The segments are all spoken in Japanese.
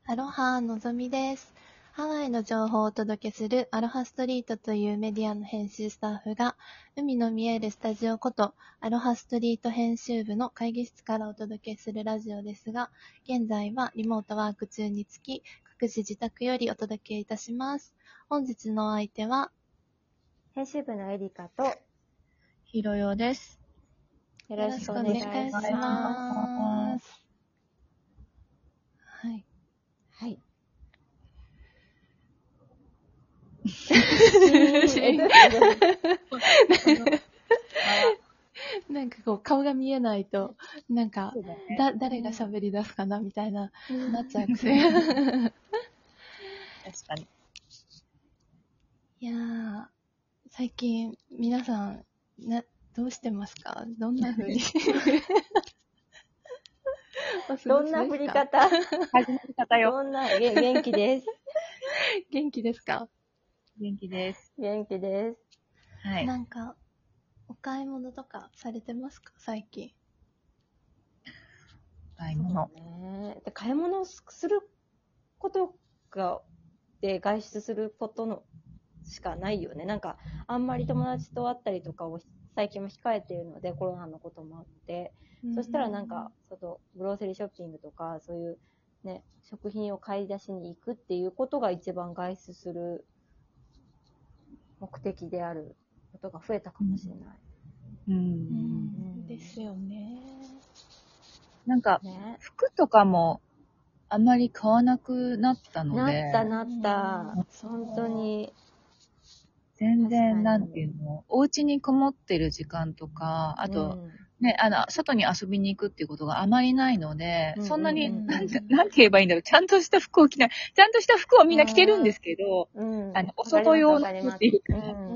アロハのぞみです。ハワイの情報をお届けするアロハストリートというメディアの編集スタッフが、海の見えるスタジオことアロハストリート編集部の会議室からお届けするラジオですが、現在はリモートワーク中につき、各自自宅よりお届けいたします。本日のお相手は、 編集部のエリカとひろよです。 よろしくお願いします。はい。 はい。 なんかこう顔が見えないと、なんか、誰が喋り出すかなみたいな、なっちゃうくせ。 確かに。 いやー、最近皆さん、どうしてますか？どんな風にどんな振り方始まり方よ。 どんな、元気です。 元気ですか？ 元気です。 元気です。 はい。 なんか、お買い物とかされてますか？最近。 買い物。 ね、で買い物することが、で外出することのしかないよね。なんか、あんまり友達と会ったりとかを最近も控えているので、コロナのこともあって。そしたらなんか、グローセリーショッピングとか、そういうね、食品を買い出しに行くっていうことが一番外出する目的であることが増えたかもしれない。 ですよね。 なんか、 ね、 服とかもあまり買わなくなったので。 なった。本当に。 全然、なんていうの、お家にこもってる時間とか、あと、ね、外に遊びに行くっていうことがあまりないので、そんなに、なんて言えばいいんだろう、ちゃんとした服を着ない、ちゃんとした服をみんな着てるんですけど、お外用の服っていうか、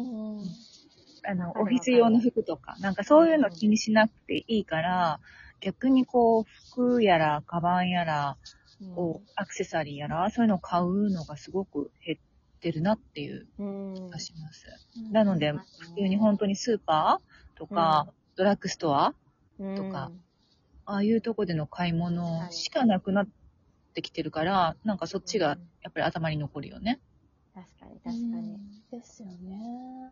オフィス用の服とか、なんかそういうの気にしなくていいから、逆にこう、服やら、カバンやら、アクセサリーやら、そういうのを買うのがすごく減ってるなっていう気がします。なので、普通に本当にスーパーとか、ドラッグストアとか、ああいうとこでの買い物しかなくなってきてるから、なんかそっちがやっぱり頭に残るよね。 確かに。 ですよね。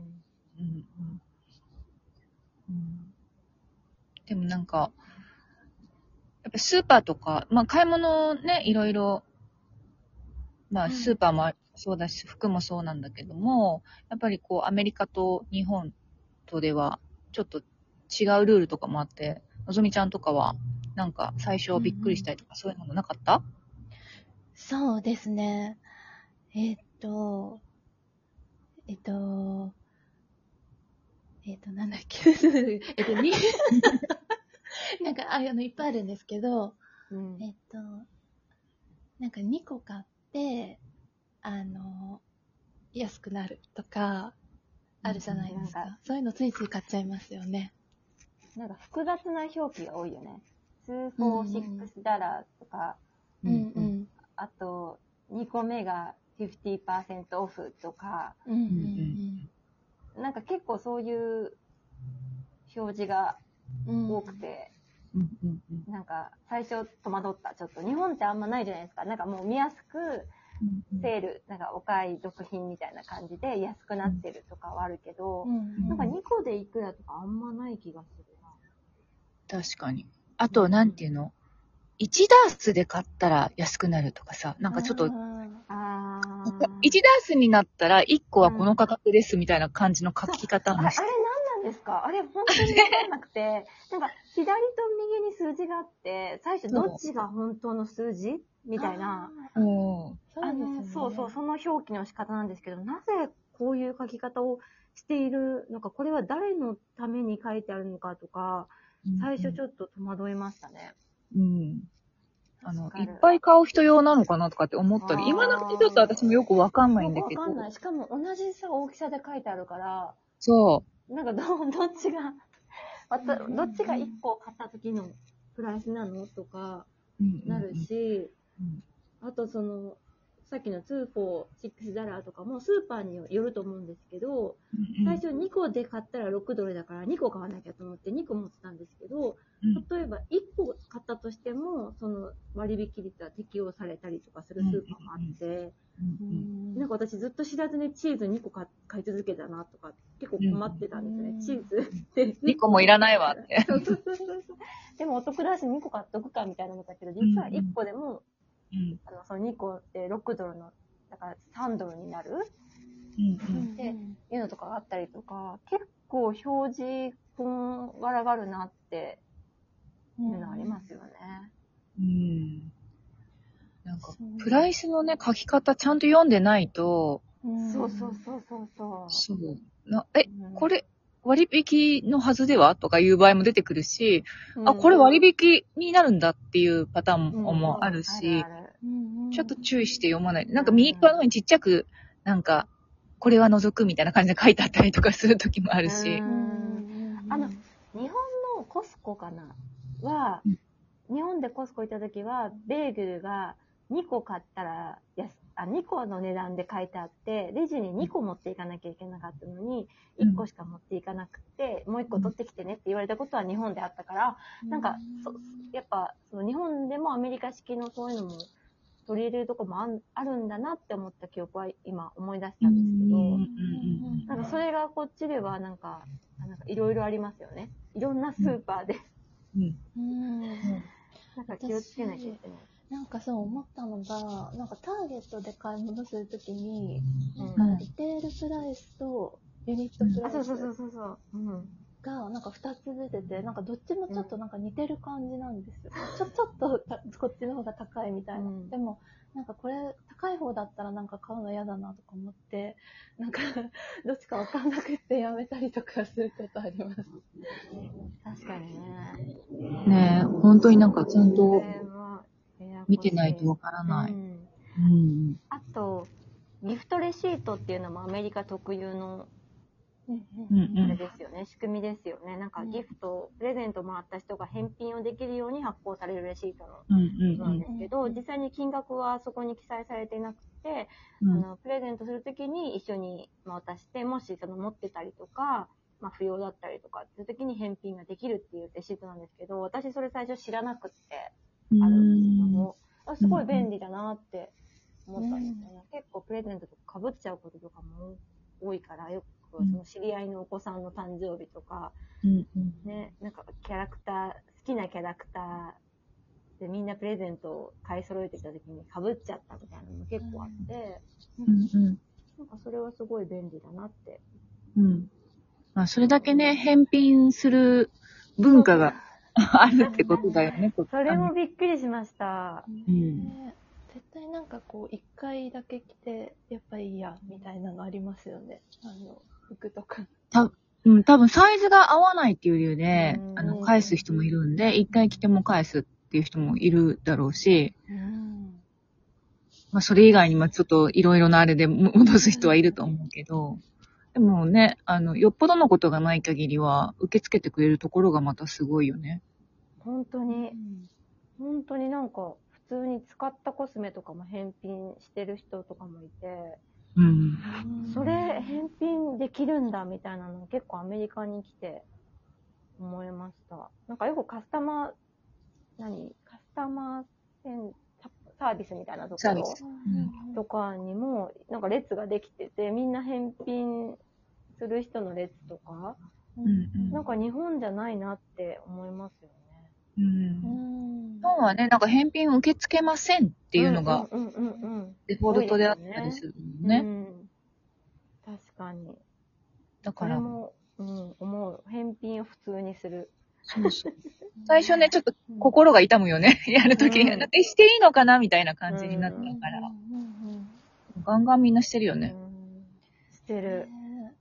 でもなんか、やっぱスーパーとか、まあ買い物ね、いろいろ、まあスーパーもそうだし、服もそうなんだけども、やっぱりこうアメリカと日本とではちょっと違うルールとかもあって、のぞみちゃんとかはなんか最初びっくりしたりとか、そういうのもなかった？ そうですね。なんだっけなんか、いっぱいあるんですけど、なんか2個買って、安くなるとか、あるじゃないですか。そういうのついつい買っちゃいますよね。 なんか複雑な表記が多いよね。246ダラーとか、あと、2個目が50% オフとか、なんか結構そういう表示が多くて、なんか最初戸惑った。ちょっと日本ってあんまないじゃないですか。なんかもう見やすくセール、なんかお買い得品みたいな感じで安くなってるとかはあるけど、なんか2個でいくらとかあんまない気がするな。確かに。あと、なんていうの、1ダースで買ったら安くなるとかさ、なんかちょっと、1ダースになったら1個はこの価格ですみたいな感じの書き方もして。 あれ何なんですか？あれ本当に分かんなくて、なんか左と右に数字があって、最初どっちが本当の数字みたいな、その表記の仕方なんですけど、なぜこういう書き方をしているのか、これは誰のために書いてあるのかとか、最初ちょっと戸惑いましたね。 いっぱい買う人用なのかなとかって思ったり、今のとちょっと私もよくわかんないんだけど。 わかんない。しかも同じさ、大きさで書いてあるから、 そう。 なんかどっちが1個買った時のプライスなのとかなるし、あとさっきの$246とかもスーパーによると思うんですけど、最初2個で買ったら$6だから2個買わなきゃと思って2個持ってたんですけど、例えば1個買ったとしても、その割引率は適用されたりとかするスーパーもあって、なんか私ずっと知らずにチーズ2個買い続けたなとか結構困ってたんですね。チーズって 2個もいらないわって。 そう。でもお得だし2個買っとくかみたいなのだけど、実は1個でも、その2個で$6の、だから$3になる、っていうのとかがあったりとか、結構表示こんがらがるなっていうのありますよね。 なんか、プライスのね、書き方ちゃんと読んでないと、 そう。 そう。これ、割引のはずではとかいう場合も出てくるし、これ割引になるんだっていうパターンもあるし、ちょっと注意して読まない。なんか右側の方にちっちゃく、なんか、これは除くみたいな感じで書いてあったりとかするときもあるし。 日本のコスコかなは、日本でコスコ行ったときは、ベーグルが2個買ったら2個の値段で書いてあって、レジに2個持っていかなきゃいけなかったのに、1個しか持っていかなくて、もう1個取ってきてねって言われたことは日本であったから、なんか、やっぱ、その日本でもアメリカ式のそういうのも取り入れるとこもあるんだなって思った記憶は今思い出したんですけど、なんかそれがこっちではなんかいろいろありますよね。いろんなスーパーで。なんか気をつけなきゃいけない。 なんかそう思ったのが、なんかターゲットで買い物するときに、リテールプライスとユニットプライスがなんか2つ出てて、なんかどっちもちょっとなんか似てる感じなんですよ。ちょっとこっちの方が高いみたいな。でもなんかこれ高い方だったらなんか買うの嫌だなとか思って、なんかどっちかわかんなくてやめたりとかすることあります。 確かにね。 ねえ、本当になんかちゃんと見てないとわからない。 あと、ギフトレシートっていうのもアメリカ特有のあれですよね、仕組みですよね。なんかギフト、プレゼントもらった人が返品をできるように発行されるレシートのなんですけど、実際に金額はそこに記載されていなくて、プレゼントするときに一緒に渡して、もしその持ってたりとか、不要だったりとかっていうときに返品ができるっていうレシートなんですけど、私それ最初知らなくって、あるのも、すごい便利だなって思ったんですよね。結構プレゼントとか被っちゃうこととかも多いから、よくその知り合いのお子さんの誕生日とか、ね、なんかキャラクター、好きなキャラクターでみんなプレゼントを買い揃えてきた時に被っちゃったみたいなのも結構あって、なんかそれはすごい便利だなって。 それだけね、返品する文化があるってことだよね。 それもびっくりしました。 絶対なんかこう一回だけ着てやっぱいいやみたいなのありますよね。服とか。 多分サイズが合わないっていう理由で返す人もいるんで、一回着ても返すっていう人もいるだろうし、それ以外にもちょっといろいろなあれで戻す人はいると思うけど、でもね、よっぽどのことがない限りは受け付けてくれるところがまたすごいよね。 本当になんか普通に使ったコスメとかも返品してる人とかもいて、それ返品できるんだみたいなの結構アメリカに来て思いました。なんかよくカスタマーサービスみたいなところとかにもなんか列ができてて、みんな返品する人の列とか、なんか日本じゃないなって思いますよね。 日本はね、なんか返品受け付けませんっていうのがデフォルトであったりするもんね。 確かに。 だから。 これも、思う。返品を普通にする。 最初ね、ちょっと心が痛むよね。やるとき、していいのかなみたいな感じになったから。ガンガンみんなしてるよね。 してる。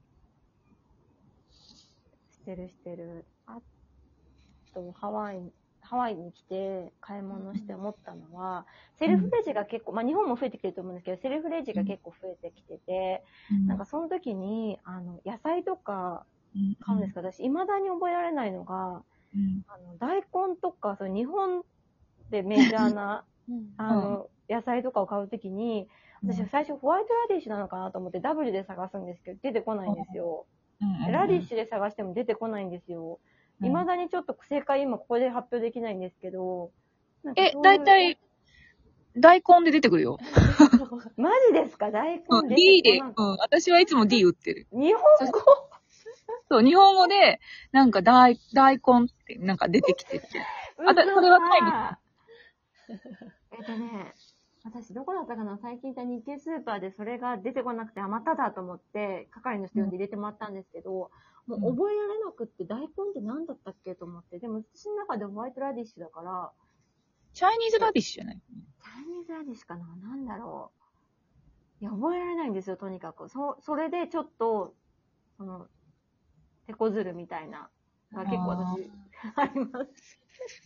してる。あと、ハワイに来て買い物して思ったのは、セルフレジが結構、日本も増えてきてると思うんですけど、セルフレジが結構増えてきてて、なんかその時に、野菜とか買うんですけど、私、未だに覚えられないのが、大根とか、日本でメジャーな、野菜とかを買うときに、 私最初ホワイトラディッシュなのかなと思って W で探すんですけど、出てこないんですよ。ラディッシュで探しても出てこないんですよ。未だにちょっと正解今ここで発表できないんですけど。 だいたい、大根で出てくるよ。 マジですか？大根出てこない。 D で、私はいつも D 打ってる。 日本語そう、日本語で、なんか大根ってなんか出てきてて。それはない私どこだったかな、最近行った日系スーパーでそれが出てこなくて、まただと思って、係の人呼んで入れてもらったんですけど、もう覚えられなくって、大根って何だったっけと思って、でも私の中でホワイトラディッシュだから、 チャイニーズラディッシュじゃない？ チャイニーズラディッシュかな、なんだろう。いや、覚えられないんですよ、とにかく。それでちょっと、手こずるみたいな、が結構私、あります。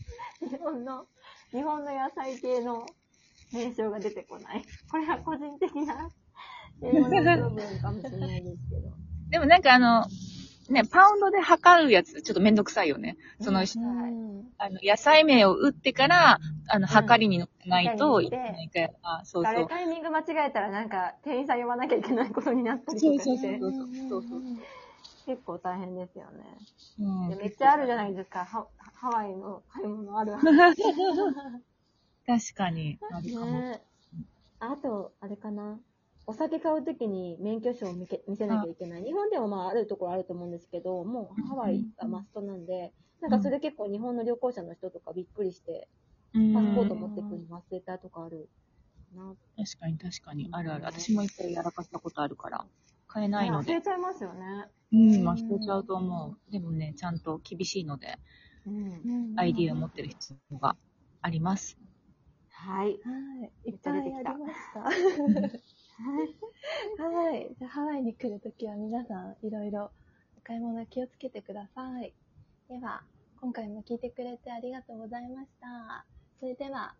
日本の野菜系の名称が出てこない。これは個人的な英語のプロブレムかもしれないですけど。 でもなんかね、パウンドで測るやつ、ちょっとめんどくさいよね。野菜名を打ってから、測りに乗ってないといけないから、そうそう。 あれ、タイミング間違えたらなんか、店員さん呼ばなきゃいけないことになったりとかして。そう。結構大変ですよね。めっちゃあるじゃないですか。ハワイの買い物ある。 確かに。 あと、あれかな。お酒買うときに免許証を見せなきゃいけない。日本でもあるところあると思うんですけど、もうハワイがマストなんで、なんかそれ結構日本の旅行者の人とかびっくりして、パスポート持ってくるの忘れたとかあるな。 確かに。あるある。私も一回やらかしたことあるから、買えないので。 忘れちゃいますよね。 忘れちゃうと思う。でもね、ちゃんと厳しいので、ID を持ってる必要があります。 はい。 いっぱいありました。はい。じゃあハワイに来るときは皆さんいろいろお買い物気をつけてください。では、今回も聞いてくれてありがとうございました。それでは、